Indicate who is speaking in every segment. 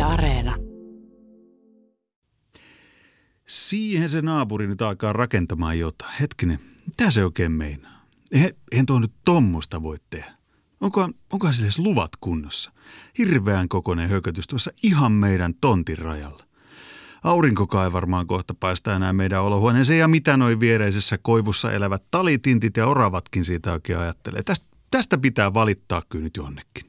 Speaker 1: Areena.
Speaker 2: Siihen se naapuri nyt alkaa rakentamaan jotain. Hetkinen, mitä se oikein meinaa? Eihän tuo nyt tommosta voi tehdä. Onkohan sille edes luvat kunnossa? Hirveän kokoinen hökötys tuossa ihan meidän tontin rajalla. Aurinkokaan ei varmaan kohta paistaa enää meidän olohuoneeseen ja mitä noin viereisessä koivussa elävät talitintit ja oravatkin siitä oikein ajattelee. Tästä pitää valittaa kyllä nyt jonnekin.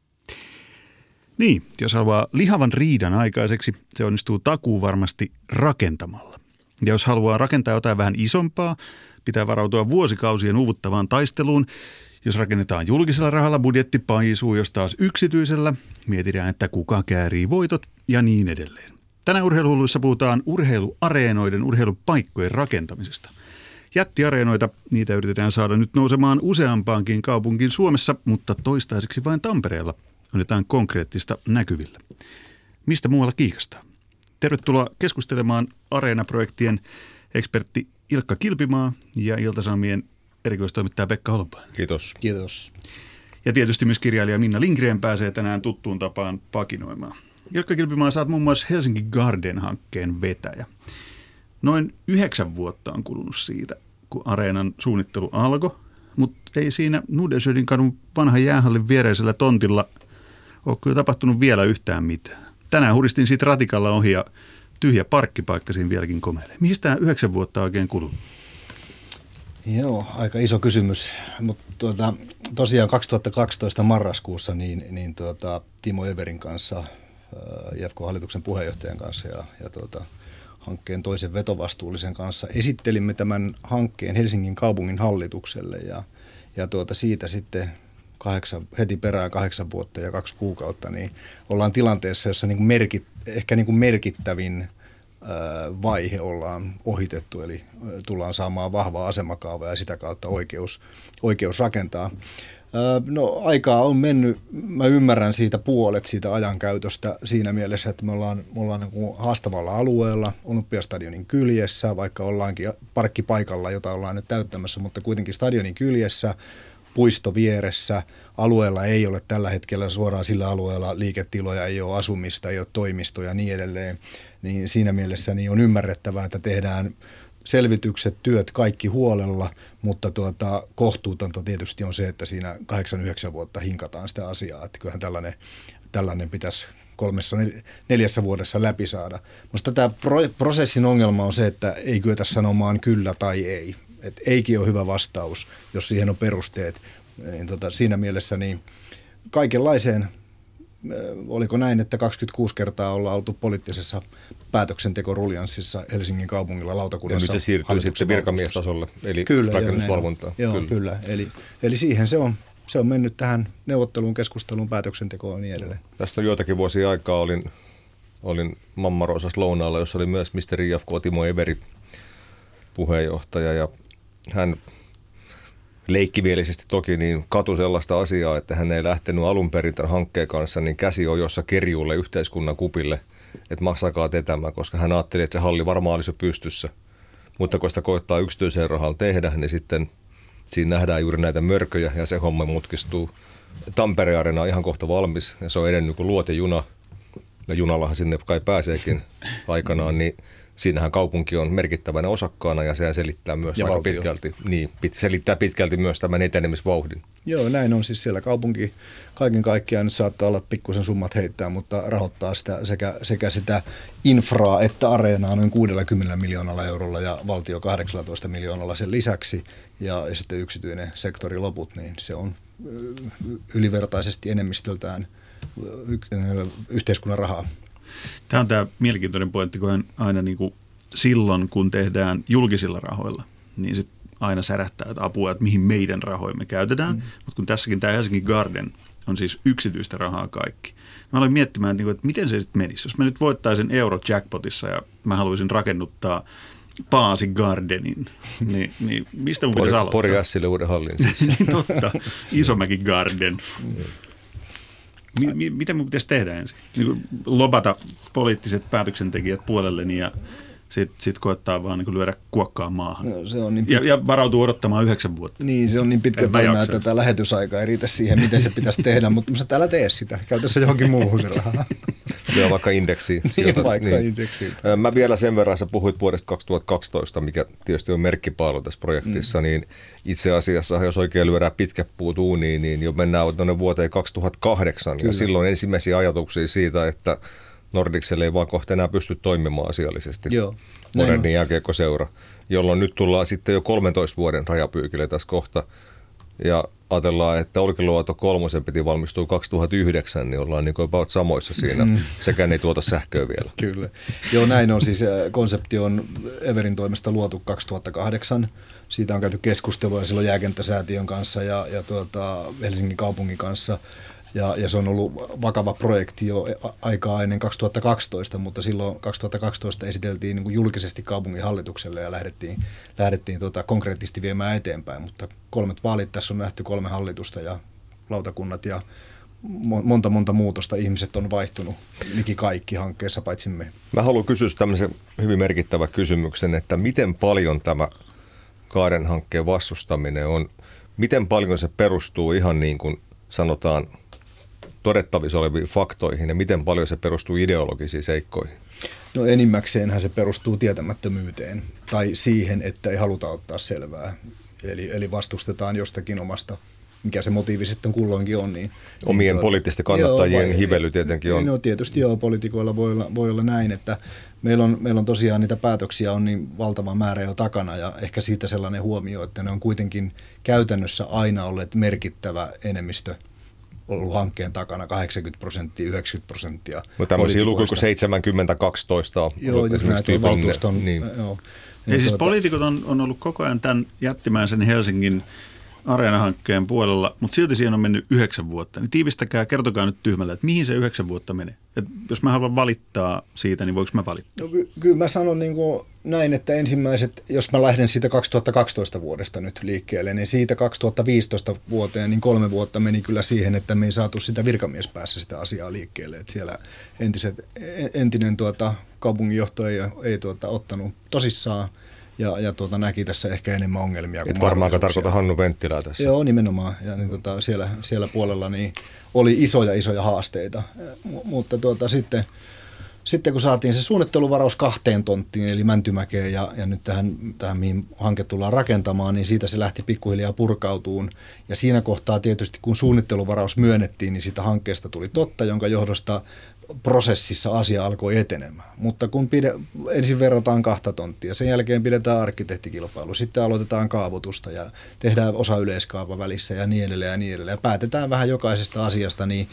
Speaker 2: Niin, jos haluaa lihavan riidan aikaiseksi, se onnistuu takuu varmasti rakentamalla. Ja jos haluaa rakentaa jotain vähän isompaa, pitää varautua vuosikausien uuvuttavaan taisteluun. Jos rakennetaan julkisella rahalla, budjetti paisuu, jos taas yksityisellä, mietitään, että kuka käärii voitot ja niin edelleen. Tänään Urheiluhulluissa puhutaan urheiluareenoiden, urheilupaikkojen rakentamisesta. Jättiareenoita, niitä yritetään saada nyt nousemaan useampaankin kaupunkiin Suomessa, mutta toistaiseksi vain Tampereella on jotain konkreettista näkyvillä. Mistä muualla kiikastaa? Tervetuloa keskustelemaan Areena-projektien ekspertti Ilkka Kilpimaa ja Ilta-Sanomien erikoistoimittaja Pekka Holopainen.
Speaker 3: Kiitos.
Speaker 4: Kiitos.
Speaker 2: Ja tietysti myös kirjailija Minna Lindgren pääsee tänään tuttuun tapaan pakinoimaan. Ilkka Kilpimaa, sä oot muun muassa Helsinki Garden-hankkeen vetäjä. Noin 9 vuotta on kulunut siitä, kun Areenan suunnittelu alkoi, mutta ei siinä Nudesjödin kadun vanhan jäähallin viereisellä tontilla ole kyllä tapahtunut vielä yhtään mitään. Tänään huristin siitä ratikalla ohi ja tyhjä parkkipaikka siinä vieläkin komeilee. Mihin tämä 9 vuotta oikein kulunut?
Speaker 4: Joo, aika iso kysymys, mutta tosiaan 2012 marraskuussa Timo Everin kanssa, IFK-hallituksen puheenjohtajan kanssa ja hankkeen toisen vetovastuullisen kanssa esittelimme tämän hankkeen Helsingin kaupungin hallitukselle ja siitä sitten heti perään 8 vuotta ja 2 kuukautta, niin ollaan tilanteessa, jossa ehkä merkittävin vaihe ollaan ohitettu, eli tullaan saamaan vahvaa asemakaava ja sitä kautta oikeus rakentaa. No aikaa on mennyt, mä ymmärrän siitä puolet siitä ajankäytöstä siinä mielessä, että me ollaan niin kuin haastavalla alueella, Olympiastadionin kyljessä, vaikka ollaankin parkkipaikalla, jota ollaan nyt täyttämässä, mutta kuitenkin stadionin kyljessä, puisto vieressä, alueella ei ole tällä hetkellä suoraan sillä alueella liiketiloja, ei ole asumista, ei ole toimistoja ja niin edelleen, niin siinä mielessä niin on ymmärrettävää, että tehdään selvitykset, työt kaikki huolella, mutta kohtuutonta tietysti on se, että siinä 8-9 vuotta hinkataan sitä asiaa, että kyllähän tällainen pitäisi 3-4 vuodessa läpi saada. Minusta tämä prosessin ongelma on se, että ei kyetä sanomaan kyllä tai ei. Että eikin ole hyvä vastaus, jos siihen on perusteet. Niin siinä mielessä niin kaikenlaiseen, oliko näin, että 26 kertaa ollaan oltu poliittisessa päätöksentekoruljanssissa Helsingin kaupungilla lautakunnassa.
Speaker 3: Ja nyt se siirtyy sitten virkamiestasolle, eli rakennusvalvontaan.
Speaker 4: Kyllä. Eli siihen se on mennyt tähän neuvotteluun, keskusteluun, päätöksentekoon ja niin edelleen.
Speaker 3: Tästä on joitakin vuosia aikaa, olin Mammarosas lounaalla, jossa oli myös Mr. IFK Timo Everi puheenjohtaja, ja hän leikkivielisesti toki niin katui sellaista asiaa, että hän ei lähtenyt alun perin tämän hankkeen kanssa niin käsiojossa kerjuulle yhteiskunnan kupille, että maksakaa tetämään, koska hän ajatteli, että se halli varmaan olisi jo pystyssä. Mutta kun sitä koittaa yksityiseen rahalla tehdä, niin sitten siinä nähdään juuri näitä mörköjä ja se homma mutkistuu. Tampereen Areena on ihan kohta valmis ja se on edennyt kuin luotijuna ja junallahan sinne kai pääseekin aikanaan, niin siinähän kaupunki on merkittävänä osakkaana ja sehän selittää myös aika pitkälti, selittää pitkälti myös tämän etenemisvauhdin.
Speaker 4: Joo, näin on siis siellä kaupunki kaiken kaikkiaan nyt saattaa olla pikkusen summat heittää, mutta rahoittaa sitä sekä sitä infraa että areenaa noin 60 miljoonalla eurolla ja valtio 18 miljoonalla sen lisäksi ja sitten yksityinen sektori loput, niin se on ylivertaisesti enemmistöltään yhteiskunnan rahaa.
Speaker 2: Tämä on tämä mielenkiintoinen pointti, kun aina niin kuin silloin, kun tehdään julkisilla rahoilla, niin sitten aina särähtää, että apua, että mihin meidän rahoimme käytetään. Mutta kun tässäkin tämä Helsingin Garden on siis yksityistä rahaa kaikki. Mä aloin miettimään, että miten se sitten menisi. Jos mä nyt voittaisin Eurojackpotissa ja mä haluaisin rakennuttaa Paasi Gardenin, niin mistä mun pitäisi aloittaa?
Speaker 3: Pori Ässille uuden hallin siis.
Speaker 2: Niin totta, Isomäki Garden. Mitä mun pitäisi tehdä ensin? Niin lobata poliittiset päätöksentekijät puolelleni ja sitten koettaa vaan niin lyödä kuokkaa maahan.
Speaker 4: No, se on niin
Speaker 2: ja varautuu odottamaan 9 vuotta.
Speaker 4: Niin, se on niin pitkä tarina, että tämä lähetysaika ei riitä siihen, miten se pitäisi tehdä, mutta älä tee sitä. Käytä se johonkin muuhun se rahaa.
Speaker 3: Joo, vaikka indeksiin.
Speaker 4: Indeksiin.
Speaker 3: Mä vielä sen verran, sä puhuit vuodesta 2012, mikä tietysti on merkkipaalu tässä projektissa, niin itse asiassa, jos oikein lyödään pitkät puut uuniin, niin jo mennään tuonne vuoteen 2008, Kyllä. ja silloin ensimmäisiä ajatuksia siitä, että Nordicselle ei vaan kohta enää pysty toimimaan asiallisesti. Modernin jääkiekkoseura, jolloin nyt tullaan sitten jo 13 vuoden rajapyykille tässä kohta. Ja ajatellaan, että Olkiluoto 3 piti valmistua 2009, niin ollaan niin kuin about samoissa siinä. Sekään ei tuota sähköä vielä.
Speaker 4: Kyllä. Joo, näin on. Siis konsepti on Everin toimesta luotu 2008. Siitä on käyty keskustelua silloin Jääkenttäsäätiön kanssa ja Helsingin kaupungin kanssa. Ja se on ollut vakava projekti jo aikaa ennen 2012, mutta silloin 2012 esiteltiin niin kuin julkisesti kaupungin hallitukselle ja lähdettiin konkreettisesti viemään eteenpäin. Mutta 3 vaalit tässä on nähty, 3 hallitusta ja lautakunnat ja monta muutosta. Ihmiset on vaihtunut liki kaikki hankkeessa, paitsi me.
Speaker 3: Mä haluan kysyä tämmöisen hyvin merkittävän kysymyksen, että miten paljon tämä Gaaden hankkeen vastustaminen on, miten paljon se perustuu ihan niin kuin sanotaan todettavissa oleviin faktoihin ja miten paljon se perustuu ideologisiin seikkoihin?
Speaker 4: No enimmäkseenhän se perustuu tietämättömyyteen tai siihen, että ei haluta ottaa selvää. Eli vastustetaan jostakin omasta, mikä se motiivi sitten kulloinkin on.
Speaker 3: Omien poliittisten kannattajien hively tietenkin on.
Speaker 4: No tietysti poliitikoilla voi olla näin, että meillä on tosiaan niitä päätöksiä on niin valtava määrä jo takana ja ehkä siitä sellainen huomio, että ne on kuitenkin käytännössä aina olleet merkittävä enemmistö ollut hankkeen takana 80%, 90%.
Speaker 3: No tämmöisiä lukuja kuin 70-12 on.
Speaker 4: Joo, jos näitä valtuuston.
Speaker 3: Niin.
Speaker 2: Joo. Ja siis poliitikot on ollut koko ajan tämän jättimäisen Helsingin Areena-hankkeen puolella, mutta silti siihen on mennyt 9 vuotta. Niin tiivistäkää, kertokaa nyt tyhmällä, että mihin se 9 vuotta menee. Et jos mä haluan valittaa siitä, niin voiko mä valittaa?
Speaker 4: No, kyllä mä sanon niin kuin näin, että ensimmäiset, jos mä lähden siitä 2012 vuodesta nyt liikkeelle, niin siitä 2015 vuoteen, niin 3 vuotta meni kyllä siihen, että me ei saatu sitä virkamiespäässä sitä asiaa liikkeelle. Että siellä entinen kaupunginjohto ei ottanut tosissaan. Ja näki tässä ehkä enemmän ongelmia kuin
Speaker 3: varmaankaan tarkoita Hannu Venttilää tässä.
Speaker 4: Joo, nimenomaan. Ja niin siellä puolella niin oli isoja haasteita. Mutta sitten kun saatiin se suunnitteluvaraus 2 tonttiin, eli Mäntymäkeen ja nyt tähän mihin hanke tullaan rakentamaan, niin siitä se lähti pikkuhiljaa purkautuun. Ja siinä kohtaa tietysti, kun suunnitteluvaraus myönnettiin, niin siitä hankkeesta tuli totta, jonka johdosta prosessissa asia alkoi etenemään. Mutta kun ensin verrataan 2 tonttia, sen jälkeen pidetään arkkitehtikilpailu, sitten aloitetaan kaavoitusta ja tehdään osa yleiskaava välissä ja niin edelleen ja niin edelleen. Ja päätetään vähän jokaisesta asiasta, niin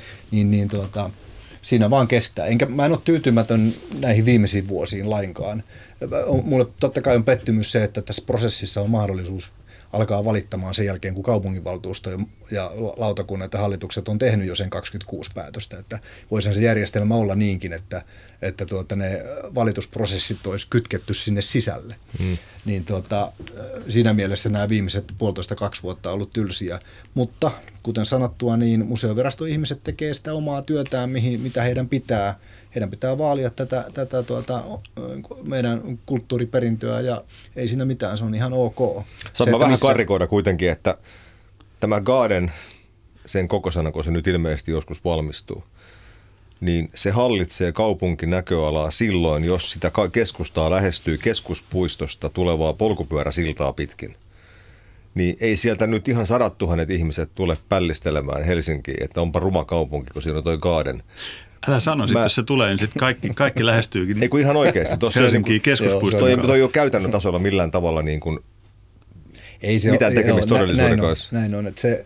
Speaker 4: siinä vaan kestää. Mä en ole tyytymätön näihin viimeisiin vuosiin lainkaan. Mulle totta kai on pettymys se, että tässä prosessissa on mahdollisuus alkaa valittamaan sen jälkeen, kun kaupunginvaltuusto ja lautakunnat ja hallitukset on tehnyt jo sen 26 päätöstä. Että voisihan se järjestelmä olla niinkin, että ne valitusprosessit olisi kytketty sinne sisälle. Niin siinä mielessä nämä viimeiset 1,5-2 vuotta on ollut tylsiä. Mutta kuten sanottua, niin museoviraston ihmiset tekee sitä omaa työtään, mitä heidän pitää. Heidän pitää vaalia tätä meidän kulttuuriperintöä ja ei siinä mitään, se on ihan ok.
Speaker 3: Saat vähän karrikoida kuitenkin, että tämä Gaaden, sen kokosana, kun se nyt ilmeisesti joskus valmistuu, niin se hallitsee kaupunkin näköalaa silloin, jos sitä keskustaa lähestyy keskuspuistosta tulevaa polkupyöräsiltaa pitkin. Niin ei sieltä nyt ihan 100 000 ihmiset tule pällistelemään Helsinkiin, että onpa ruma kaupunki, kun siinä on toi Gaaden.
Speaker 2: Älä sano, että jos se tulee, niin sitten kaikki lähestyykin.
Speaker 3: Ei kun ihan oikeasti.
Speaker 2: Helsinkiin keskuspuistoon.
Speaker 3: Toi ei ole käytännön tasolla millään tavalla niin kuin mitään tekemistä todellisuuden kanssa.
Speaker 4: Näin on, että se,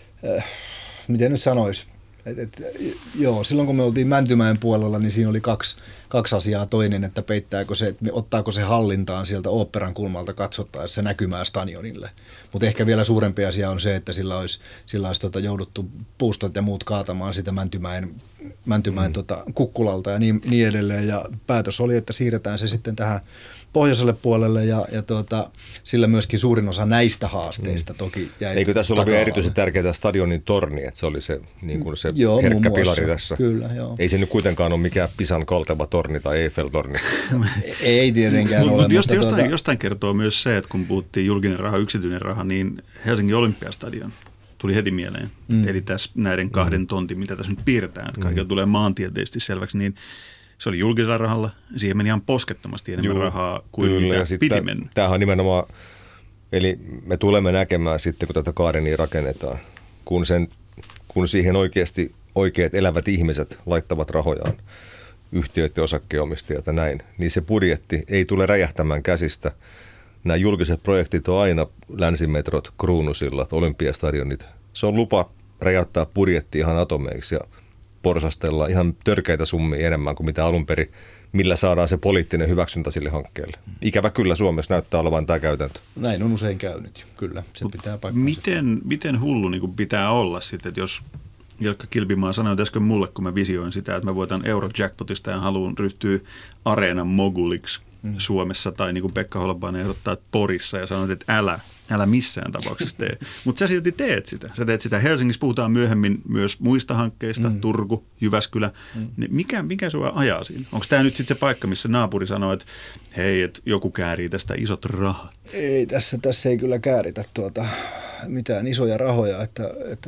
Speaker 4: miten nyt sanoisi, joo, silloin kun me oltiin Mäntymäen puolella, niin siinä oli kaksi asiaa. Toinen, että ottaako se hallintaan sieltä oopperan kulmalta katsottaessa näkymää stadionille. Mutta ehkä vielä suurempi asia on se, että sillä olisi jouduttu puustot ja muut kaatamaan sitä Mäntymäen kukkulalta ja niin edelleen. Ja päätös oli, että siirretään se sitten tähän pohjoiselle puolelle ja sillä myöskin suurin osa näistä haasteista toki jäi.
Speaker 3: Eikö tässä ole vielä erityisen tärkeää stadionin torni, että se oli se, niin kuin se herkkä pilari tässä?
Speaker 4: Kyllä, joo.
Speaker 3: Ei se nyt kuitenkaan ole mikään Pisan kalteva torni tai Eiffel-torni.
Speaker 4: Ei tietenkään ole.
Speaker 2: Jostain kertoo myös se, että kun puhuttiin julkinen raha, yksityinen raha, niin Helsingin Olympiastadion tuli heti mieleen. Eli tässä näiden 2 tontin, mitä tässä nyt piirretään, että kaikilla tulee maantieteellisesti selväksi, niin se oli julkisella rahalla. Siihen meni ihan poskettomasti enemmän rahaa kuin
Speaker 3: kyllä,
Speaker 2: mitä piti mennä.
Speaker 3: Tämähän on nimenomaan, eli me tulemme näkemään sitten, kun tätä Gardenia rakennetaan, kun siihen oikeasti oikeat elävät ihmiset laittavat rahojaan, yhtiöiden osakkeenomistajat ja näin, niin se budjetti ei tule räjähtämään käsistä. Nämä julkiset projektit on aina länsimetrot, kruunusillat, olympiastadionit. Se on lupa räjäyttää budjetti ihan atomeiksi ja porsastella ihan törkeitä summia enemmän kuin mitä alun perin, millä saadaan se poliittinen hyväksyntä sille hankkeelle. Ikävä kyllä Suomessa näyttää olevan tämä käytäntö.
Speaker 4: Näin on usein käynyt, kyllä. Se pitää paikkansa.
Speaker 2: Miten hullu niin kuin pitää olla sitten, että jos Jelkka Kilpimaa sanoi äsken mulle, kun mä visioin sitä, että mä voitan Eurojackpotista ja haluan ryhtyä areenan moguliksi Suomessa, tai niin kuin Pekka Holopainen ehdottaa, että Porissa, ja sanoit, että älä missään tapauksessa tee. Mutta sä silti teet sitä. Sä teet sitä. Helsingissä puhutaan myöhemmin myös muista hankkeista, Turku, Jyväskylä. Niin mikä sua ajaa siinä? Onko tämä nyt sitten se paikka, missä naapuri sanoo, että hei, että joku käärii tästä isot rahat?
Speaker 4: Ei, tässä ei kyllä kääritä mitään isoja rahoja, että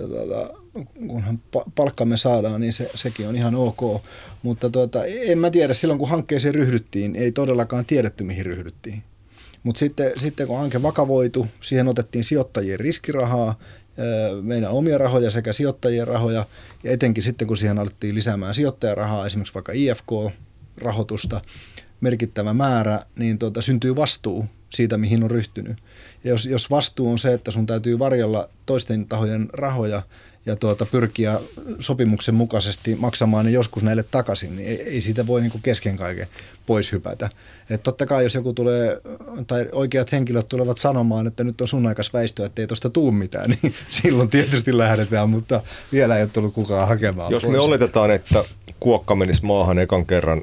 Speaker 4: kunhan palkkamme saadaan, niin sekin on ihan ok. Mutta en mä tiedä, silloin kun hankkeeseen ryhdyttiin, ei todellakaan tiedetty, mihin ryhdyttiin. Mutta sitten kun hanke vakavoitu, siihen otettiin sijoittajien riskirahaa, meidän omia rahoja sekä sijoittajien rahoja, ja etenkin sitten kun siihen alettiin lisäämään sijoittajarahaa, esimerkiksi vaikka IFK-rahoitusta, merkittävä määrä, niin syntyy vastuu siitä, mihin on ryhtynyt. Ja jos vastuu on se, että sun täytyy varjella toisten tahojen rahoja ja pyrkiä sopimuksen mukaisesti maksamaan ne joskus näille takaisin, niin ei siitä voi niin kuin kesken kaiken pois hypätä. Et totta kai jos joku tulee, tai oikeat henkilöt tulevat sanomaan, että nyt on sun aikas väistöä, että ei tuosta tuu mitään, niin silloin tietysti lähdetään, mutta vielä ei ole tullut kukaan hakemaan.
Speaker 3: Jos me oletetaan, että kuokka menisi maahan ekan kerran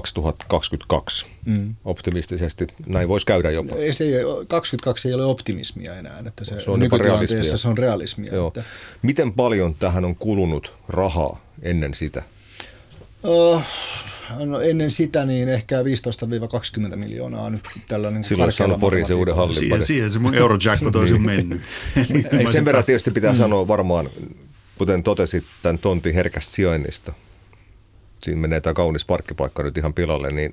Speaker 3: 2022 optimistisesti, näin voisi käydä jopa.
Speaker 4: 22 ei ole optimismia enää, että
Speaker 3: se on nykytilanteessa
Speaker 4: se on realismia.
Speaker 3: Että. Miten paljon tähän on kulunut rahaa ennen sitä?
Speaker 4: No ennen sitä niin ehkä 15-20 miljoonaa nyt tällainen.
Speaker 3: Silloin saanut Porin se uuden hallin.
Speaker 2: Siihen se mun Eurojackpot olisi mennyt.
Speaker 3: Sen verran tietysti pitää sanoa varmaan, kuten totesit tämän tontin herkästä sijainnista. Siinä menee tämä kaunis parkkipaikka nyt ihan pilalle, niin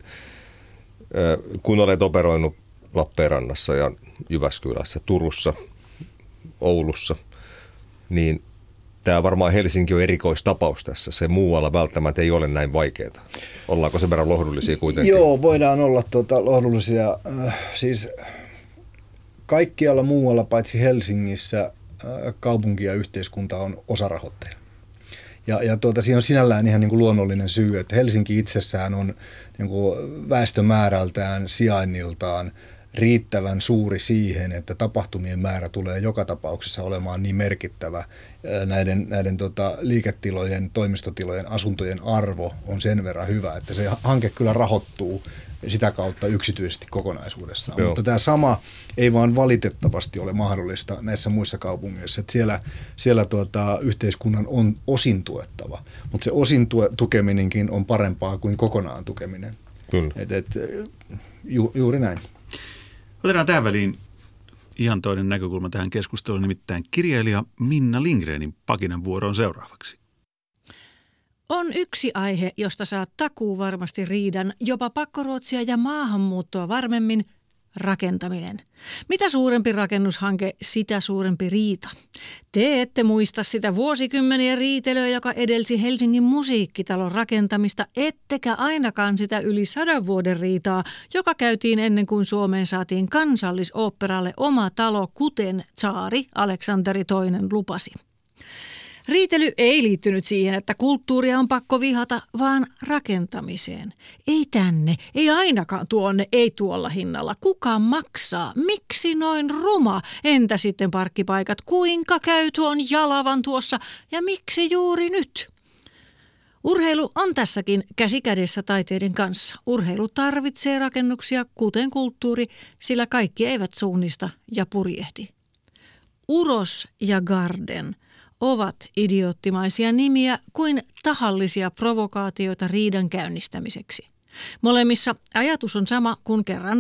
Speaker 3: kun olet operoinut Lappeenrannassa ja Jyväskylässä, Turussa, Oulussa, niin tämä varmaan Helsinki on erikoistapaus tässä. Se muualla välttämättä ei ole näin vaikeaa. Ollaanko sen verran lohdullisia kuitenkin?
Speaker 4: Joo, voidaan olla lohdullisia. Siis kaikkialla muualla paitsi Helsingissä kaupunki ja yhteiskunta on osarahoittaja. Ja siinä on sinällään ihan niin kuin luonnollinen syy, että Helsinki itsessään on niin kuin väestömäärältään, sijainniltaan riittävän suuri siihen, että tapahtumien määrä tulee joka tapauksessa olemaan niin merkittävä. Näiden liiketilojen, toimistotilojen, asuntojen arvo on sen verran hyvä, että se hanke kyllä rahoittuu sitä kautta yksityisesti kokonaisuudessaan. Joo. Mutta tämä sama ei vaan valitettavasti ole mahdollista näissä muissa kaupungeissa. Että siellä yhteiskunnan on osin tuettava, mutta se osin tukeminenkin on parempaa kuin kokonaan tukeminen.
Speaker 3: Kyllä.
Speaker 4: Juuri näin.
Speaker 2: Otetaan tähän väliin ihan toinen näkökulma tähän keskusteluun, nimittäin kirjailija Minna Lindgrenin pakinan vuoro on seuraavaksi.
Speaker 1: On yksi aihe, josta saa takuu varmasti riidan, jopa pakkoruotsia ja maahanmuuttoa varmemmin, rakentaminen. Mitä suurempi rakennushanke, sitä suurempi riita. Te ette muista sitä vuosikymmeniä riitelyä, joka edelsi Helsingin musiikkitalon rakentamista, ettekä ainakaan sitä yli 100 vuoden riitaa, joka käytiin ennen kuin Suomeen saatiin kansallisoopperalle oma talo, kuten tsaari Aleksanteri II lupasi. Riitely ei liittynyt siihen, että kulttuuria on pakko vihata, vaan rakentamiseen. Ei tänne, ei ainakaan tuonne, ei tuolla hinnalla. Kuka maksaa? Miksi noin ruma? Entä sitten parkkipaikat? Kuinka käy tuon jalavan tuossa? Ja miksi juuri nyt? Urheilu on tässäkin käsi kädessä taiteiden kanssa. Urheilu tarvitsee rakennuksia, kuten kulttuuri, sillä kaikki eivät suunnista ja purjehdi. Uros ja Garden ovat idioottimaisia nimiä kuin tahallisia provokaatioita riidan käynnistämiseksi. Molemmissa ajatus on sama, kun kerran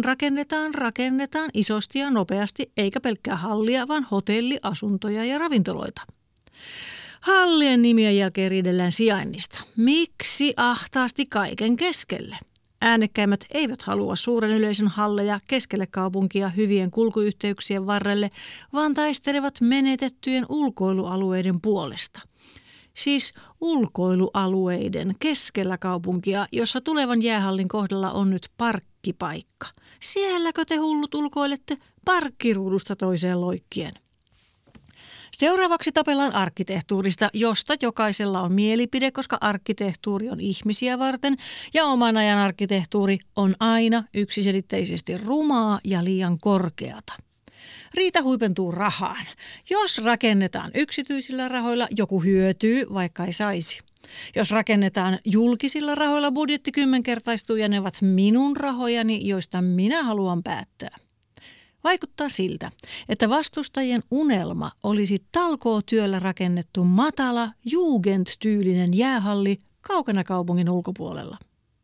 Speaker 1: rakennetaan isosti ja nopeasti, eikä pelkkää hallia, vaan hotelli, asuntoja ja ravintoloita. Hallien nimien jälkeen riidellään sijainnista. Miksi ahtaasti kaiken keskelle? Äänekkäimmät eivät halua suuren yleisön halleja keskelle kaupunkia hyvien kulkuyhteyksien varrelle, vaan taistelevat menetettyjen ulkoilualueiden puolesta. Siis ulkoilualueiden keskellä kaupunkia, jossa tulevan jäähallin kohdalla on nyt parkkipaikka. Sielläkö te hullut ulkoilette parkkiruudusta toiseen loikkien? Seuraavaksi tapellaan arkkitehtuurista, josta jokaisella on mielipide, koska arkkitehtuuri on ihmisiä varten ja oman ajan arkkitehtuuri on aina yksiselitteisesti rumaa ja liian korkeata. Riita huipentuu rahaan. Jos rakennetaan yksityisillä rahoilla, joku hyötyy, vaikka ei saisi. Jos rakennetaan julkisilla rahoilla, budjetti kymmenkertaistuu ja ne ovat minun rahojani, joista minä haluan päättää. Vaikuttaa siltä, että vastustajien unelma olisi talkootyöllä rakennettu matala, Jugend-tyylinen jäähalli kaukana kaupungin ulkopuolella.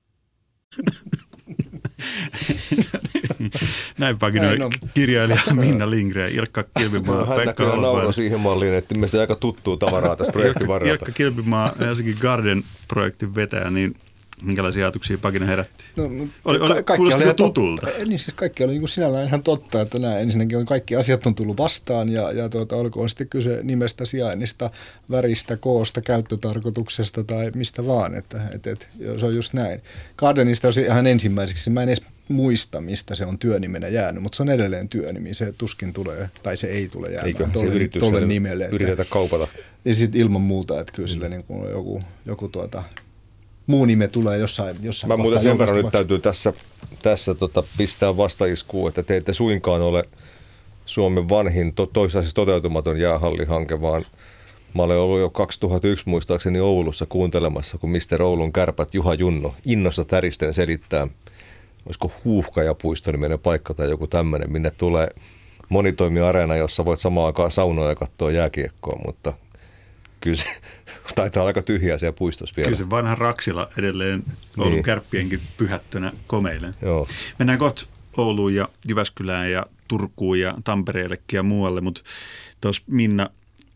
Speaker 2: Näin pakinoi kirjailija Minna Lindgren, Ilkka Kilpimaa, Pekka
Speaker 3: Hän nauroi siihen malliin, että meistä aika tuttuu tavaraa tässä projektin varrelta.
Speaker 2: Ilkka Kilpimaa, Helsingin Garden-projektin vetäjä, niin minkälaisia ajatuksia pakina herätti? Kuulostiko tutulta?
Speaker 4: Niin, siis kaikki oli niin kuin sinällään ihan totta, että nämä ensinnäkin kaikki asiat on tullut vastaan ja olkoon sitten kyse nimestä, sijainnista, väristä, koosta, käyttötarkoituksesta tai mistä vaan, että se on just näin. Gardenista on ihan ensimmäiseksi, mä en edes muista, mistä se on työnimenä jäänyt, mutta se on edelleen työnimi, se tuskin tulee, tai se ei tule jäämään tolle nimelle.
Speaker 3: Yritetä kaupata.
Speaker 4: Ja sitten ilman muuta, että kyllä sille niin kuin joku muu nime tulee jossain
Speaker 3: Mä muuten sen verran nyt täytyy tässä pistää vastaiskuun, että te ette suinkaan ole Suomen vanhin toistaiseksi toteutumaton jäähallihanke, vaan mä olen ollut jo 2001 muistaakseni Oulussa kuuntelemassa, kun Mr. Oulun kärpät Juha Junno innosta täristen selittää, olisiko Huuhkajapuisto niminen paikka tai joku tämmöinen, minne tulee monitoimiareena, jossa voit samaan aikaan saunoa ja katsoa jääkiekkoa, mutta kyllä se taitaa aika tyhjää siellä puistossa vielä.
Speaker 2: Kyllä se vanha Raksila edelleen Oulun niin. Kärppienkin pyhättönä komeilen.
Speaker 3: Joo.
Speaker 2: Mennään kohta Ouluun ja Jyväskylään ja Turkuun ja Tampereellekin ja muualle, mutta tuossa Minna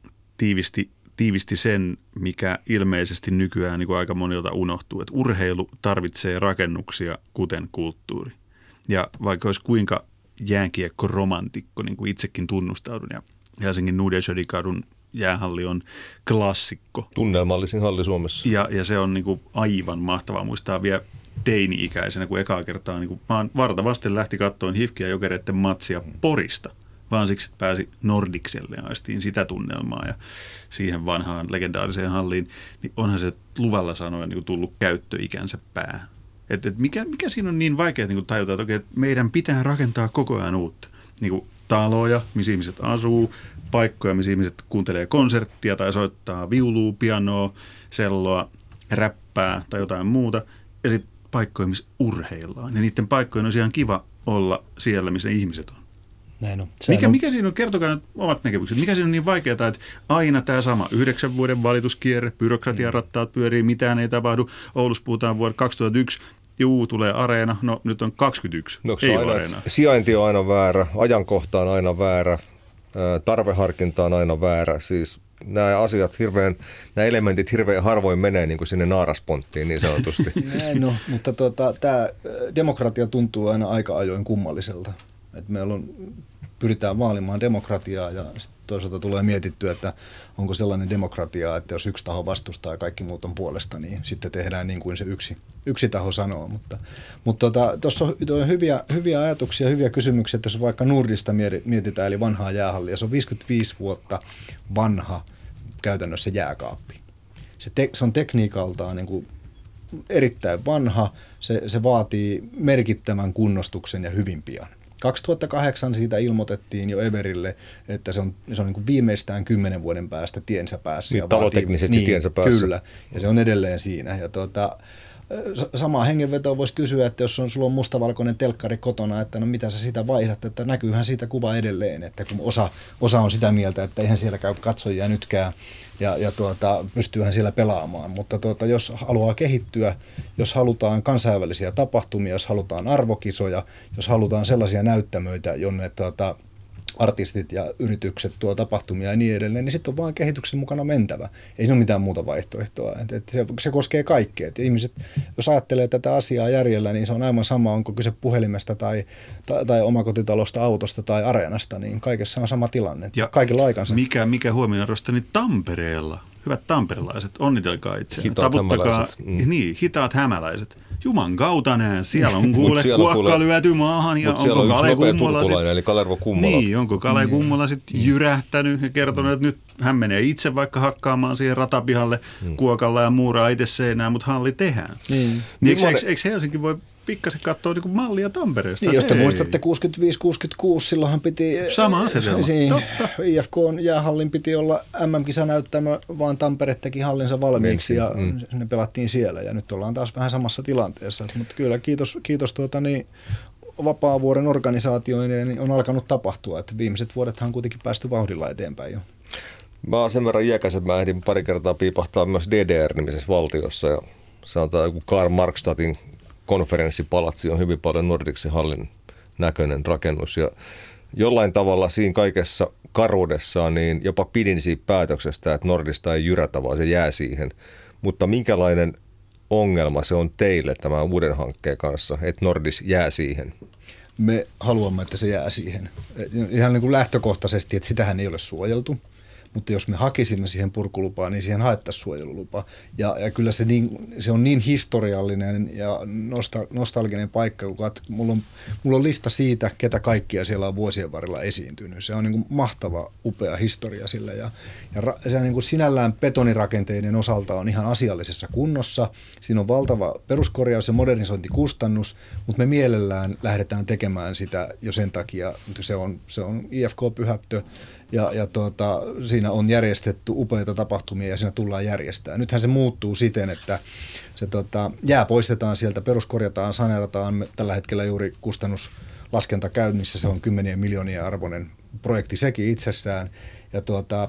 Speaker 2: tiivisti sen, mikä ilmeisesti nykyään niin kuin aika monilta unohtuu, että urheilu tarvitsee rakennuksia kuten kulttuuri. Ja vaikka olisi kuinka jääkiekko-romantikko, niin kuin itsekin tunnustaudun, ja Helsingin Nuudesjödikadun jäähalli on klassikko.
Speaker 3: Tunnelmallisin halli Suomessa.
Speaker 2: Ja se on niin kuin aivan mahtavaa. Muistaa vielä teini-ikäisenä, kun ekaa kertaa niin kuin, mä varta vasten lähti kattoon HIFK:n ja Jokereiden matsia Porista, vaan siksi, että pääsi Nordikselle ja aistiin sitä tunnelmaa ja siihen vanhaan legendaariseen halliin, niin onhan se luvalla sanoen niin kuin tullut käyttöikänsä päähän. Mikä siinä on niin vaikea niin tajuta, että, että meidän pitää rakentaa koko ajan uutta. Niin kuin taloja, missä ihmiset asuu, paikkoja, missä ihmiset kuuntelee konserttia tai soittaa viulua, pianoa, selloa, räppää tai jotain muuta. Ja sitten paikkoja, missä urheillaan. Ja niiden paikkojen on ihan kiva olla siellä, missä ihmiset on.
Speaker 4: Näin on.
Speaker 2: Mikä siinä on, kertokaa nyt omat näkemykset, mikä siinä on niin vaikeaa, että aina tämä sama 9 vuoden valituskierre, byrokratiarattaat pyörii, mitään ei tapahdu. Oulussa puhutaan vuoden 2001, tulee areena, no nyt on 21, ei ole areena.
Speaker 3: Sijainti on aina väärä, ajankohta on aina väärä, tarveharkinta on aina väärä, siis nämä asiat nämä elementit hirveän harvoin menee niin kuin sinne naarasponttiin niin sanotusti.
Speaker 4: No, mutta tämä demokratia tuntuu aina aika ajoin kummalliselta. Että meillä pyritään vaalimaan demokratiaa ja toisaalta tulee mietittyä, että onko sellainen demokratia, että jos yksi taho vastustaa ja kaikki muut on puolesta, niin sitten tehdään niin kuin se yksi taho sanoo. Mutta tuossa on hyviä ajatuksia, hyviä kysymyksiä, jos vaikka Nordista mietitään, eli vanhaa jäähallia. Se on 55 vuotta vanha käytännössä jääkaappi. Se on tekniikaltaan niin kuin erittäin vanha, se vaatii merkittävän kunnostuksen ja hyvin pian. 2008 siitä ilmoitettiin jo Everille, että se on niin kuin viimeistään 10 vuoden päästä tiensä päässä.
Speaker 3: Niin, taloteknisesti tiensä päässä.
Speaker 4: Kyllä, ja se on edelleen siinä. Ja samaa hengenvetoa voisi kysyä, että jos sulla on mustavalkoinen telkkari kotona, että no mitä sä sitä vaihdat, että näkyyhän siitä kuva edelleen, että kun osa on sitä mieltä, että eihän siellä käy katsojia nytkään ja pystyyhän siellä pelaamaan, mutta jos haluaa kehittyä, jos halutaan kansainvälisiä tapahtumia, jos halutaan arvokisoja, jos halutaan sellaisia näyttämöitä, jonne artistit ja yritykset tuo tapahtumia ja niin edelleen, niin sitten on vaan kehityksen mukana mentävä. Ei siinä ole mitään muuta vaihtoehtoa. Se koskee kaikkea. Et ihmiset, jos ajattelee tätä asiaa järjellä, niin se on aivan sama, onko kyse puhelimesta tai omakotitalosta, autosta tai areenasta, niin kaikessa on sama tilanne. Ja kaikilla aikansa.
Speaker 2: Mikä huomionarvoista, niin Tampereella, hyvät tamperelaiset, onnitelkaa itseään.
Speaker 3: Hitaat hämäläiset.
Speaker 2: Niin, hitaat hämäläiset. Juman kautta näen, siellä on kuule kuokka lyöty maahan ja onko Kale Kummola sitten...
Speaker 3: eli Kalervo Kummola.
Speaker 2: Niin, onko Kale Kummola sitten jyrähtänyt ja kertonut, että nyt hän menee itse vaikka hakkaamaan siihen ratapihalle kuokalla ja muuraa itse seinään, mutta halli tehdään. Niin. Eikö Helsinki voi pikkasen katsoa niin kuin mallia Tampereesta?
Speaker 4: Niin, jos te muistatte 65-66, silloinhan piti...
Speaker 2: Sama asetelma, totta.
Speaker 4: IFK:n jäähallin piti olla MM-kisanäyttämö, vaan Tampere teki hallinsa valmiiksi ja ne pelattiin siellä. Ja nyt ollaan taas vähän samassa tilanteessa. Mutta kyllä kiitos Vapaavuoren organisaatioiden niin on alkanut tapahtua. Että viimeiset vuodethan on kuitenkin päästy vauhdilla eteenpäin jo.
Speaker 3: Mä oon sen verran iäkäs, että mä ehdin pari kertaa piipahtaa myös DDR-nimisessä valtiossa. Ja sanotaan joku Karl Marxstadtin konferenssipalatsi on hyvin paljon Nordicsin hallin näköinen rakennus. Ja jollain tavalla siinä kaikessa karuudessaan niin jopa pidin siitä päätöksestä, että Nordista ei jyrätä, vaan se jää siihen. Mutta minkälainen ongelma se on teille tämän uuden hankkeen kanssa, että Nordis jää siihen?
Speaker 4: Me haluamme, että se jää siihen. Ihan niin kuin lähtökohtaisesti, että sitähän ei ole suojeltu. Mutta jos me hakisimme siihen purkulupaa, niin siihen haettaisiin suojelulupa. Ja kyllä se on niin historiallinen ja nostalginen paikka, kun mulla on lista siitä, ketä kaikkia siellä on vuosien varrella esiintynyt. Se on niin kuin mahtava, upea historia sillä. Ja se niin kuin sinällään betonirakenteiden osalta on ihan asiallisessa kunnossa. Siinä on valtava peruskorjaus ja modernisointikustannus, mutta me mielellään lähdetään tekemään sitä jo sen takia. Se on IFK-pyhättö. Ja siinä on järjestetty upeita tapahtumia ja siinä tullaan järjestää. Nythän se muuttuu siten, että se jää poistetaan sieltä, peruskorjataan, saneerataan. Tällä hetkellä juuri kustannuslaskenta käynnissä, se on 10 miljoonien arvoinen projekti sekin itsessään. Ja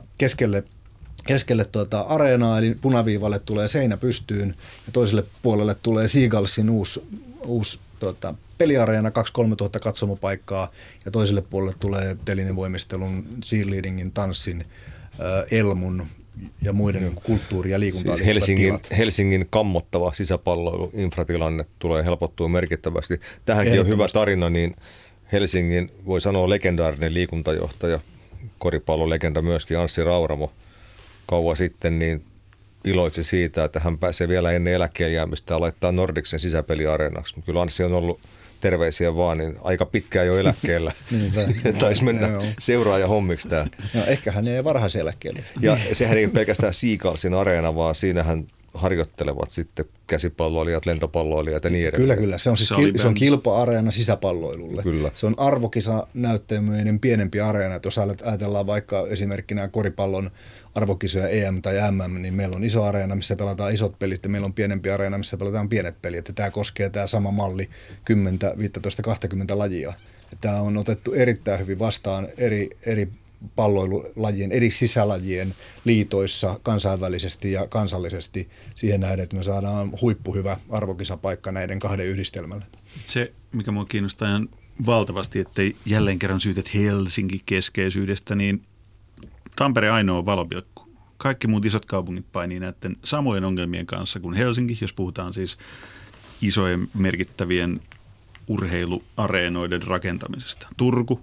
Speaker 4: keskelle areenaa, eli punaviivalle tulee seinä pystyyn ja toiselle puolelle tulee Seagullsin uusi peliareena, 2-3 tuhatta katsomopaikkaa ja toiselle puolelle tulee telinen voimistelun, cheerleadingin, tanssin, elmun ja muiden kulttuuri- ja liikuntaan
Speaker 3: siis Helsingin kammottava sisäpalloiluinfratilanne tulee helpottua merkittävästi. Tähänkin on hyvä tarina, niin Helsingin voi sanoa legendaarinen liikuntajohtaja, koripallolegenda myöskin Anssi Rauramo kauan sitten, niin iloitsi siitä, että hän pääsee vielä ennen eläkkeen jäämistä ja laittaa Nordicsen sisäpeliareenaksi. Kyllä Anssi on ollut terveisiä vaan, niin aika pitkään jo eläkkeellä. Taisi mennä seuraaja hommiksi tämä.
Speaker 4: No, ehkä hän ei varhaiseläkkeelle.
Speaker 3: Ja sehän ei ole pelkästään Seagullsin areena, vaan siinähän harjoittelevat sitten käsipalloilijat, lentopalloilijat ja niin edelleen.
Speaker 4: Kyllä. Se on siis se on kilpa-areena sisäpalloilulle.
Speaker 3: Kyllä.
Speaker 4: Se on arvokisa-näyttämöinen pienempi areena. Että jos ajatellaan vaikka esimerkkinä koripallon arvokisoja EM tai MM, niin meillä on iso areena, missä pelataan isot pelit, ja meillä on pienempi areena, missä pelataan pienet pelit. Ja tämä koskee tämä sama malli 10, 15, 20 lajia. Ja tämä on otettu erittäin hyvin vastaan eri palloilulajien, eri sisälajien liitoissa kansainvälisesti ja kansallisesti siihen nähden, että me saadaan huippuhyvä arvokisapaikka näiden kahden yhdistelmällä.
Speaker 2: Se, mikä minua kiinnostaa ihan valtavasti, ettei jälleen kerran syytet Helsinki-keskeisyydestä, niin Tampere ainoa valopilkku. Kaikki muut isot kaupungit painii näiden samojen ongelmien kanssa kuin Helsinki, jos puhutaan siis isojen merkittävien urheiluareenoiden rakentamisesta. Turku,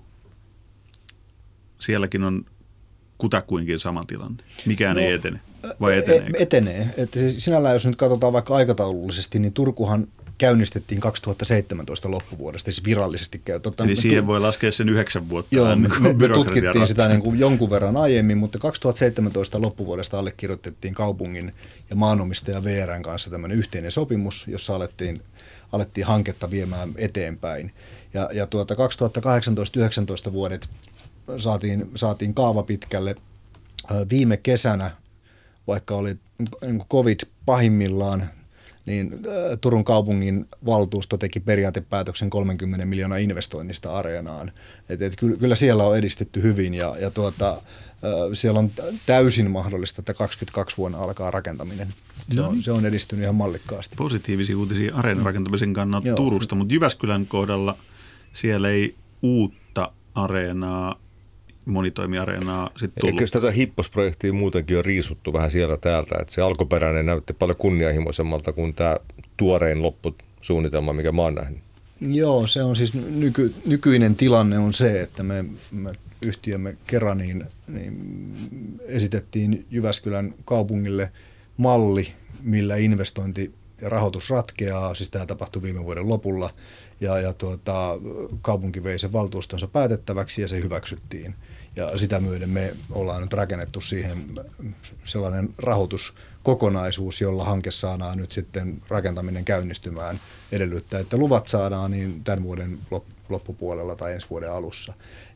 Speaker 2: sielläkin on kutakuinkin sama tilanne. Mikään ei etene, vai eteneekö?
Speaker 4: Etenee. Että sinällään, jos nyt katsotaan vaikka aikataulullisesti, niin Turkuhan käynnistettiin 2017 loppuvuodesta, siis virallisesti.
Speaker 2: Eli siihen voi laskea sen 9 vuotta.
Speaker 4: Joo, me tutkittiin sitä niin kuin jonkun verran aiemmin, mutta 2017 loppuvuodesta allekirjoitettiin kaupungin ja maanomistaja VR:n kanssa tämmöinen yhteinen sopimus, jossa alettiin hanketta viemään eteenpäin. Ja 2018-19 vuodet saatiin kaava pitkälle. Viime kesänä, vaikka oli COVID pahimmillaan, niin Turun kaupungin valtuusto teki periaatepäätöksen 30 miljoonaa investoinnista areenaan. Kyllä siellä on edistetty hyvin ja siellä on täysin mahdollista, että 22 vuonna alkaa rakentaminen. Se on edistynyt ihan mallikkaasti.
Speaker 2: Positiivisia uutisia areenan rakentamisen kannalta Turusta, mutta Jyväskylän kohdalla siellä ei uutta areenaa monitoimiareenaa sitten tullut.
Speaker 3: Eikö tätä Hippos-projektia muutenkin on riisuttu vähän siellä täältä, että se alkuperäinen näytti paljon kunnianhimoisemmalta kuin tämä tuorein loppusuunnitelma, mikä mä oon nähnyt?
Speaker 4: Joo, se on siis nykyinen tilanne on se, että me yhtiömme kerran niin esitettiin Jyväskylän kaupungille malli, millä investointi ja rahoitus ratkeaa, siis tämä tapahtui viime vuoden lopulla, ja kaupunki vei sen valtuustonsa päätettäväksi ja se hyväksyttiin. Ja sitä myöden me ollaan nyt rakennettu siihen sellainen rahoituskokonaisuus, jolla hanke saadaan nyt sitten rakentaminen käynnistymään. Edellyttää, että luvat saadaan niin tämän vuoden loppupuolella tai ensi vuoden alussa.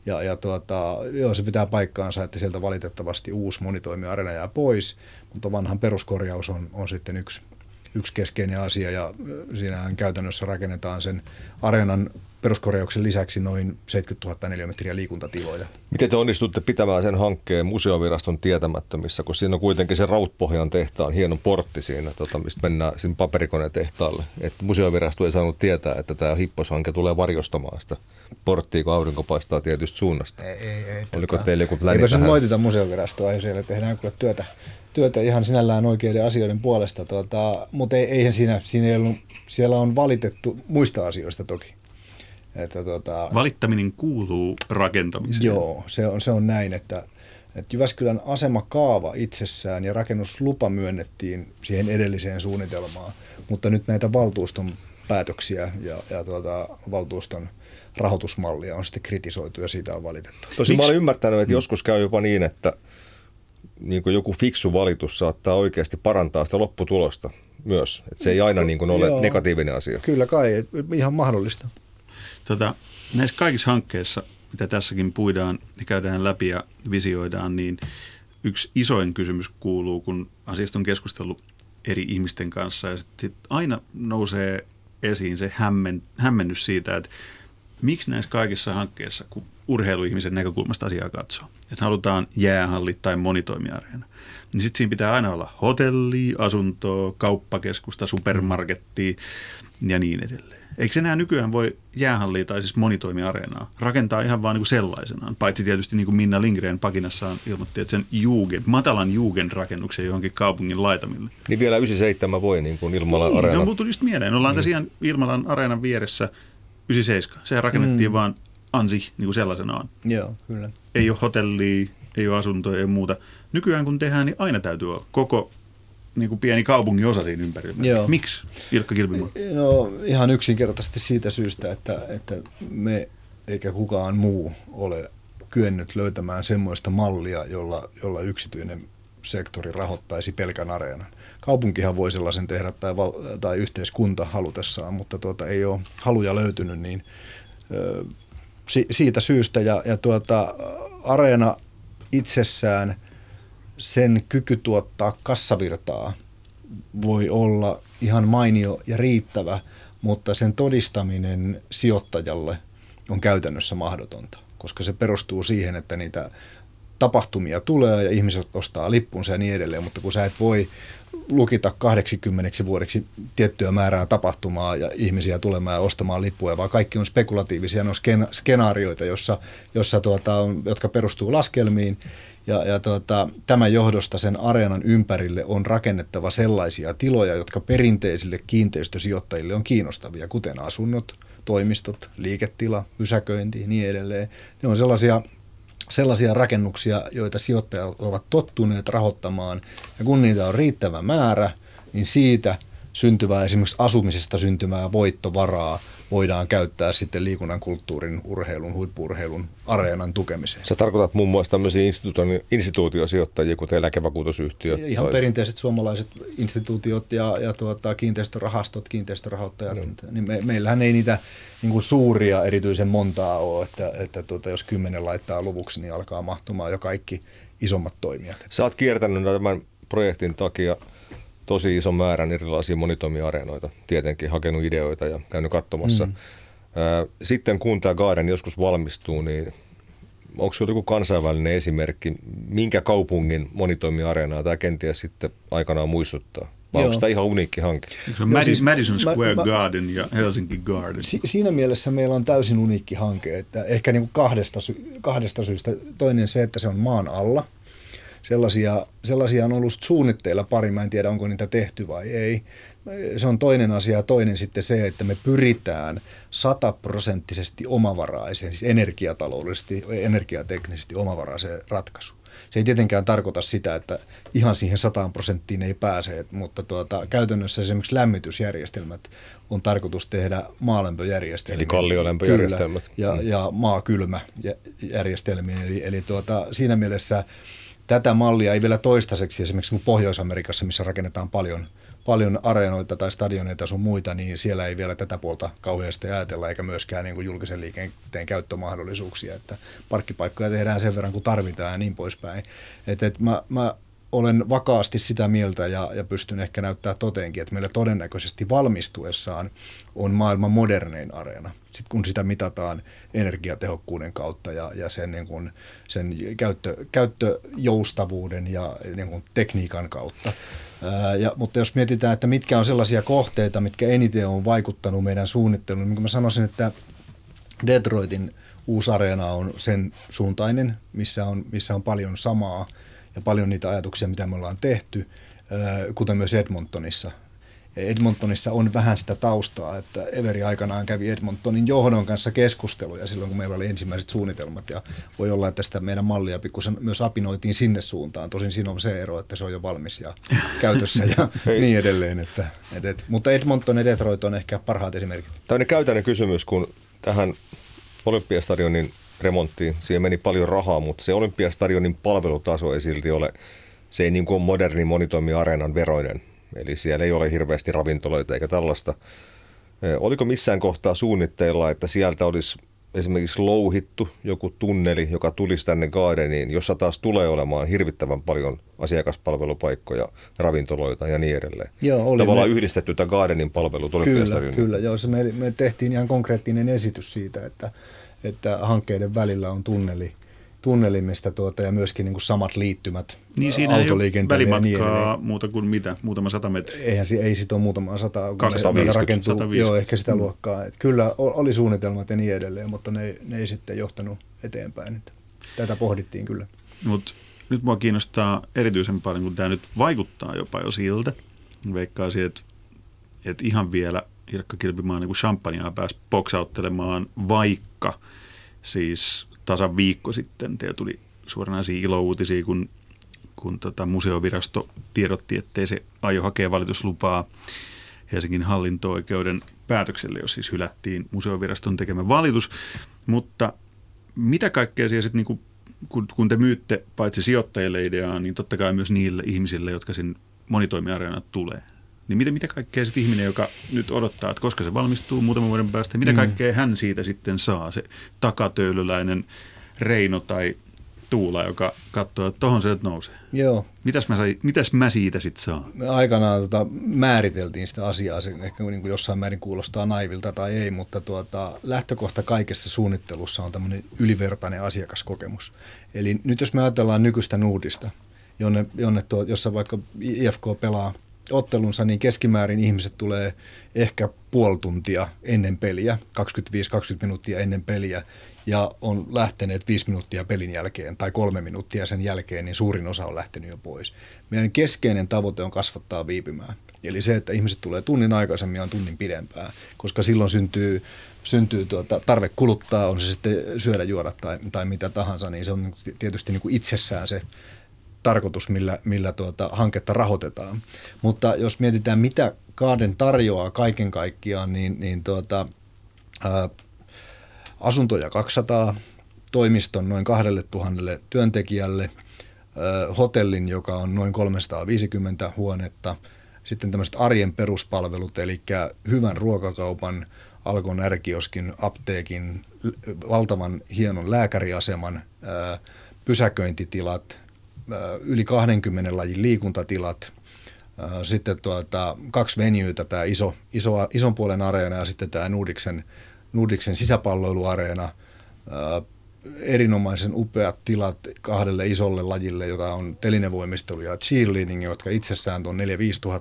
Speaker 4: Joo, se pitää paikkaansa, että sieltä valitettavasti uusi monitoimiareena jää pois, mutta vanhan peruskorjaus on sitten yksi keskeinen asia, ja siinähän käytännössä rakennetaan sen areenan peruskorjauksen lisäksi noin 70 000 neliömetriä liikuntatiloja.
Speaker 3: Miten te onnistutte pitämään sen hankkeen museoviraston tietämättömissä, kun siinä on kuitenkin se Rautpohjan tehtaan hieno portti siinä, mistä mennään sinne paperikoneentehtaalle. Että museovirasto ei saanut tietää, että tämä Hippos-hanke tulee varjostamaan sitä porttia, kun aurinko paistaa tietystä suunnasta.
Speaker 4: Ei.
Speaker 3: Oliko teille joku läni
Speaker 4: tähän? Eipä se moitita museovirastoa, ei siellä tehdään kyllä työtä ihan sinällään oikeiden asioiden puolesta, mutta eihän siinä ei ollut, siellä on valitettu muista asioista toki.
Speaker 2: Valittaminen kuuluu rakentamiseen.
Speaker 4: Joo, se on näin, että Jyväskylän asemakaava itsessään ja rakennuslupa myönnettiin siihen edelliseen suunnitelmaan, mutta nyt näitä valtuuston päätöksiä ja valtuuston rahoitusmallia on sitten kritisoitu ja siitä on valitettu.
Speaker 3: Tosin mä olen ymmärtänyt, että joskus käy jopa niin, että niin kuin joku fiksu valitus saattaa oikeasti parantaa sitä lopputulosta myös. Että se ei aina niin kuin ole negatiivinen asia.
Speaker 4: Kyllä kai, ihan mahdollista.
Speaker 2: Näissä kaikissa hankkeissa, mitä tässäkin puidaan ja käydään läpi ja visioidaan, niin yksi isoin kysymys kuuluu, kun asiasta on keskustellut eri ihmisten kanssa, ja sit aina nousee esiin se hämmennys siitä, että miksi näissä kaikissa hankkeissa, kun urheiluihmisen näkökulmasta asiaa katsoo, että halutaan jäähalli tai monitoimiareena, niin sitten siinä pitää aina olla hotelli, asuntoa, kauppakeskusta, supermarkettia ja niin edelleen. Eikö enää nykyään voi jäähallia tai siis monitoimiareenaa rakentaa ihan vaan niin kuin sellaisenaan? Paitsi tietysti niin kuin Minna Lindgren Pakinassaan ilmoitti, että sen matalan Jugend-rakennuksen johonkin kaupungin laitamille.
Speaker 3: Niin vielä 97 voi niin kuin Ilmalan areena.
Speaker 2: No, mulla tuli just mieleen. Ollaan tässä ihan Ilmalan areenan vieressä 97. Sehän rakennettiin vaan ansi niin kuin sellaisenaan.
Speaker 4: Joo, kyllä.
Speaker 2: Ei ole hotellia, ei ole asuntoja, ei ole muuta. Nykyään kun tehdään, niin aina täytyy olla koko niin kuin pieni kaupungin osa siinä ympärillä. Joo. Miksi, Ilkka Kilpimaa?
Speaker 4: No ihan yksinkertaisesti siitä syystä, että me eikä kukaan muu ole kyennyt löytämään semmoista mallia, jolla yksityinen sektori rahoittaisi pelkän areenan. Kaupunkihan voi sellaisen tehdä tai yhteiskunta halutessaan, mutta ei ole haluja löytynyt, niin siitä syystä ja areena itsessään sen kyky tuottaa kassavirtaa voi olla ihan mainio ja riittävä, mutta sen todistaminen sijoittajalle on käytännössä mahdotonta, koska se perustuu siihen, että niitä tapahtumia tulee ja ihmiset ostaa lippunsa ja niin edelleen, mutta kun sä et voi lukita 80 vuodeksi tiettyä määrää tapahtumaa ja ihmisiä tulemaan ja ostamaan lippuja, vaan kaikki on spekulatiivisia, ne on skenaarioita, jotka perustuu laskelmiin. Tämän johdosta sen areenan ympärille on rakennettava sellaisia tiloja, jotka perinteisille kiinteistösijoittajille on kiinnostavia, kuten asunnot, toimistot, liiketila, pysäköinti ja niin edelleen. Ne on sellaisia rakennuksia, joita sijoittajat ovat tottuneet rahoittamaan, ja kun niitä on riittävä määrä, niin siitä syntyvää esimerkiksi asumisesta syntymää voittovaraa voidaan käyttää sitten liikunnan, kulttuurin, urheilun, huippu-urheilun areenan tukemiseen.
Speaker 3: Sä tarkoitat muun muassa tämmöisiä instituutiosijoittajia, kuten eläkevakuutusyhtiöt?
Speaker 4: Ihan perinteiset suomalaiset instituutiot ja kiinteistörahastot, kiinteistörahoittajat. Niin meillähän ei niitä niin kuin suuria erityisen montaa ole, että jos 10 laittaa luvuksi, niin alkaa mahtumaan jo kaikki isommat toimijat.
Speaker 3: Sä oot kiertänyt tämän projektin takia tosi ison määrän erilaisia monitoimiareenoita, tietenkin hakenut ideoita ja käynyt katsomassa. Sitten kun tämä Garden joskus valmistuu, niin onko se joku kansainvälinen esimerkki, minkä kaupungin monitoimiareenaa tämä kenties sitten aikanaan muistuttaa? Vai onko tämä ihan uniikki hanke?
Speaker 2: Se on Madison Square Garden ja Helsinki Garden.
Speaker 4: Siinä mielessä meillä on täysin uniikki hanke, että ehkä niin kuin kahdesta syystä. Toinen se, että se on maan alla. Sellaisia on ollut suunnitteilla pari, mä en tiedä onko niitä tehty vai ei. Se on toinen asia ja toinen sitten se, että me pyritään 100% omavaraiseen, siis energiataloudellisesti, energiateknisesti omavaraiseen ratkaisuun. Se ei tietenkään tarkoita sitä, että ihan siihen 100% ei pääse, mutta käytännössä esimerkiksi lämmitysjärjestelmät on tarkoitus tehdä maalämpöjärjestelmiä.
Speaker 3: Eli kalliolämpöjärjestelmät.
Speaker 4: Ja maakylmäjärjestelmiä. Eli siinä mielessä tätä mallia ei vielä toistaiseksi esimerkiksi Pohjois-Amerikassa, missä rakennetaan paljon areenoita tai stadioneita sun muita, niin siellä ei vielä tätä puolta kauheasti ajatella, eikä myöskään niin kuin julkisen liikenteen käyttömahdollisuuksia, että parkkipaikkoja tehdään sen verran kuin tarvitaan ja niin poispäin. Mä olen vakaasti sitä mieltä ja pystyn ehkä näyttää toteenkin, että meillä todennäköisesti valmistuessaan on maailman modernein areena, sit kun sitä mitataan energiatehokkuuden kautta ja sen, niin kuin, sen käyttöjoustavuuden ja niin kuin tekniikan kautta. Mutta jos mietitään, että mitkä on sellaisia kohteita, mitkä eniten on vaikuttanut meidän suunnitteluun, niin kuin mä sanoisin, että Detroitin uusi areena on sen suuntainen, missä on paljon samaa ja paljon niitä ajatuksia, mitä me ollaan tehty, kuten myös Edmontonissa. Edmontonissa on vähän sitä taustaa, että Everi aikanaan kävi Edmontonin johdon kanssa keskusteluja silloin, kun meillä oli ensimmäiset suunnitelmat, ja voi olla, että sitä meidän mallia pikkusen myös apinoitiin sinne suuntaan. Tosin siinä on se ero, että se on jo valmis ja käytössä ja niin edelleen. Mutta Edmonton ja Detroit on ehkä parhaat esimerkit.
Speaker 3: Tällainen käytännön kysymys, kun tähän Olympiastadionin remonttiin, siihen meni paljon rahaa, mutta se Olympiastadionin palvelutaso ei silti ole, se ei niin kuin moderni monitoimi-areenan veroinen. Eli siellä ei ole hirveästi ravintoloita eikä tällaista. Oliko missään kohtaa suunnitteilla, että sieltä olisi esimerkiksi louhittu joku tunneli, joka tulisi tänne Gardeniin, jossa taas tulee olemaan hirvittävän paljon asiakaspalvelupaikkoja, ravintoloita ja niin edelleen?
Speaker 4: Joo,
Speaker 3: tavallaan yhdistetty tämä Gardenin palvelu Olympiastadionille.
Speaker 4: Kyllä. Joo, me tehtiin ihan konkreettinen esitys siitä, että hankkeiden välillä on tunneli, mistä ja myöskin niin kuin samat liittymät
Speaker 2: niin siinä
Speaker 4: autoliikenteelle.
Speaker 2: Ei ole välimatkaa muuta kuin mitä? Muutama 100 metriä?
Speaker 4: Ei sit ole muutama 100.
Speaker 3: 250,
Speaker 2: 150.
Speaker 4: Joo, ehkä sitä luokkaa. Et kyllä oli suunnitelmat ja niin edelleen, mutta ne ei sitten johtanut eteenpäin. Että tätä pohdittiin kyllä.
Speaker 2: Mut nyt mua kiinnostaa erityisen paljon, kun tämä nyt vaikuttaa jopa jo siltä. Veikkaisin, että ihan vielä Ilkka Kilpimaa niin champagnea pääsi boksauttelemaan, vaikka siis tasan viikko sitten teillä tuli suoranaisia ilouutisia, kun museovirasto tiedotti, ettei se aio hakea valituslupaa Helsingin hallinto-oikeuden päätökselle, jos siis hylättiin museoviraston tekemä valitus. Mutta mitä kaikkea siellä sitten, niin kun te myytte paitsi sijoittajille ideaa, niin totta kai myös niille ihmisille, jotka sen monitoimiareenat tulee. Niin mitä kaikkea sitten ihminen, joka nyt odottaa, että koska se valmistuu muutaman vuoden päästä, mitä kaikkea hän siitä sitten saa, se takatöölöläinen Reino tai Tuula, joka katsoo, että tohon se nyt nousee.
Speaker 4: Joo.
Speaker 2: Mitäs mä siitä sitten saan?
Speaker 4: Me aikanaan määriteltiin sitä asiaa, se ehkä niin kuin jossain määrin kuulostaa naivilta tai ei, mutta lähtökohta kaikessa suunnittelussa on tämmöinen ylivertainen asiakaskokemus. Eli nyt jos me ajatellaan nykyistä Nordista, jossa vaikka IFK pelaa ottelunsa, niin keskimäärin ihmiset tulee ehkä puoli tuntia ennen peliä, 25-20 minuuttia ennen peliä, ja on lähteneet 5 minuuttia pelin jälkeen tai 3 minuuttia sen jälkeen, niin suurin osa on lähtenyt jo pois. Meidän keskeinen tavoite on kasvattaa viipymää. Eli se, että ihmiset tulee tunnin aikaisemmin ja on tunnin pidempään, koska silloin syntyy tarve kuluttaa, on se sitten syödä, juoda tai mitä tahansa, niin se on tietysti niin kuin itsessään se tarkoitus, millä hanketta rahoitetaan. Mutta jos mietitään, mitä Garden tarjoaa kaiken kaikkiaan, niin asuntoja 200, toimiston noin 2000 työntekijälle, hotellin, joka on noin 350 huonetta, sitten tämmöiset arjen peruspalvelut, eli hyvän ruokakaupan, Alkon R-kioskin, apteekin, valtavan hienon lääkäriaseman, pysäköintitilat, yli 20 lajin liikuntatilat, sitten 2 venuetä, tämä ison puolen areena ja sitten tämä Nordicsen sisäpalloiluareena, erinomaisen upeat tilat 2 isolle lajille, jota on telinevoimistelu ja cheerleading, jotka itsessään on 4-5 tuhatta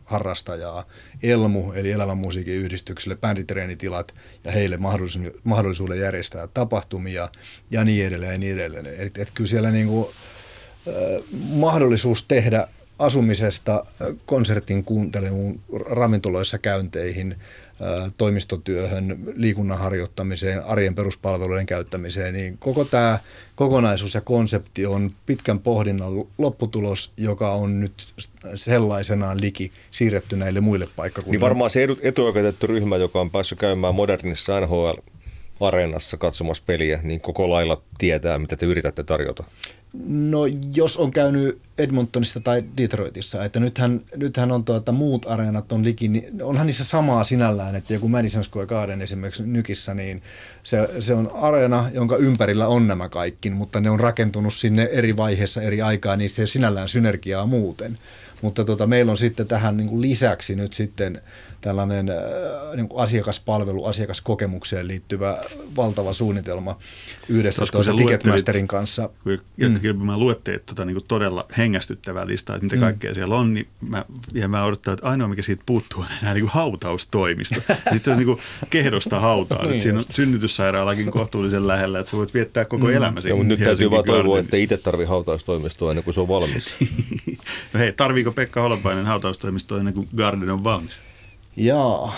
Speaker 4: harrastajaa, Elmu eli Elävän musiikin yhdistykselle bänditreenitilat ja heille mahdollisuuden järjestää tapahtumia ja niin edelleen ja niin edelleen. Et kyllä siellä niinku, mahdollisuus tehdä asumisesta konsertin kuunteluun, ravintoloissa käynteihin, toimistotyöhön, liikunnan harjoittamiseen, arjen peruspalveluiden käyttämiseen, niin koko tämä kokonaisuus ja konsepti on pitkän pohdinnan lopputulos, joka on nyt sellaisenaan liki siirretty näille muille paikkakunnille.
Speaker 3: Niin varmaan se etuoikeutettu ryhmä, joka on päässyt käymään modernissa NHL-areenassa katsomassa peliä, niin koko lailla tietää, mitä te yritätte tarjota.
Speaker 4: No jos on käynyt Edmontonissa tai Detroitissa, että nythän on muut areenat on liki, niin onhan niissä samaa sinällään, että joku Madison Square Garden esimerkiksi Nykissä, niin se on areena, jonka ympärillä on nämä kaikki, mutta ne on rakentunut sinne eri vaiheessa eri aikaa, niin se sinällään synergiaa muuten. Mutta meillä on sitten tähän niin kuin lisäksi nyt sitten tällainen niin kuin asiakaspalvelu, asiakaskokemukseen liittyvä valtava suunnitelma yhdessä Ticketmasterin kanssa.
Speaker 2: Kun Ilkka Kilpimaa luetteet niin kuin todella hengästyttävää listaa, että mitä kaikkea siellä on, niin mä odotan, että ainoa mikä siitä puuttuu on enää niin kuin hautaustoimisto. Sitten se on niin kuin kehdosta hautaa. Nyt siinä on synnytyssairaalakin kohtuullisen lähellä, että sä voit viettää koko elämäsi.
Speaker 3: Ja, mutta nyt täytyy vaan toivoa, että itse tarvitse hautaustoimistoa ennen kuin se on valmis.
Speaker 2: No hei, tarviiko Pekka Holopainen hautaustoimistoa ennen kuin Garden on valmis?
Speaker 4: Jaa,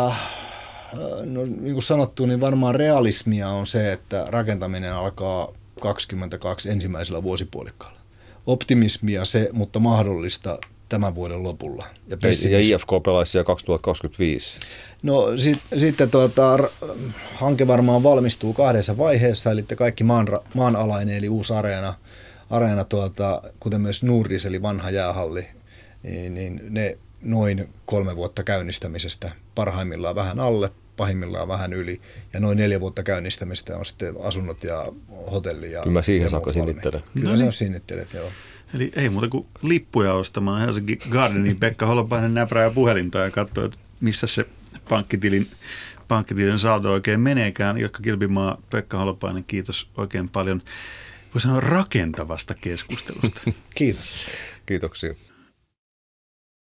Speaker 4: no, niin kuin sanottu, niin varmaan realismia on se, että rakentaminen alkaa 22 ensimmäisellä vuosipuolikkaalla. Optimismia se, mutta mahdollista tämän vuoden lopulla.
Speaker 3: Ja IFK pelaisi siellä 2025.
Speaker 4: No sitten hanke varmaan valmistuu kahdessa vaiheessa, eli kaikki maanalainen eli uusi areena kuten myös Nurdis eli vanha jäähalli, niin ne noin 3 vuotta käynnistämisestä, parhaimmillaan vähän alle, pahimmillaan vähän yli, ja noin 4 vuotta käynnistämistä on sitten asunnot ja hotelli. Ja,
Speaker 3: kyllä mä siihen saakka sinnittelen.
Speaker 4: Kyllä sä sinnittelet, joo.
Speaker 2: Eli ei muuta kuin lippuja ostamaan Helsinki Gardeniin. Pekka Holopainen näprää puhelinta ja katsoo, että missä se pankkitilin saldo oikein meneekään. Ilkka Kilpimaa, Pekka Holopainen, kiitos oikein paljon. Voi sanoa rakentavasta keskustelusta.
Speaker 4: Kiitos.
Speaker 3: Kiitoksia.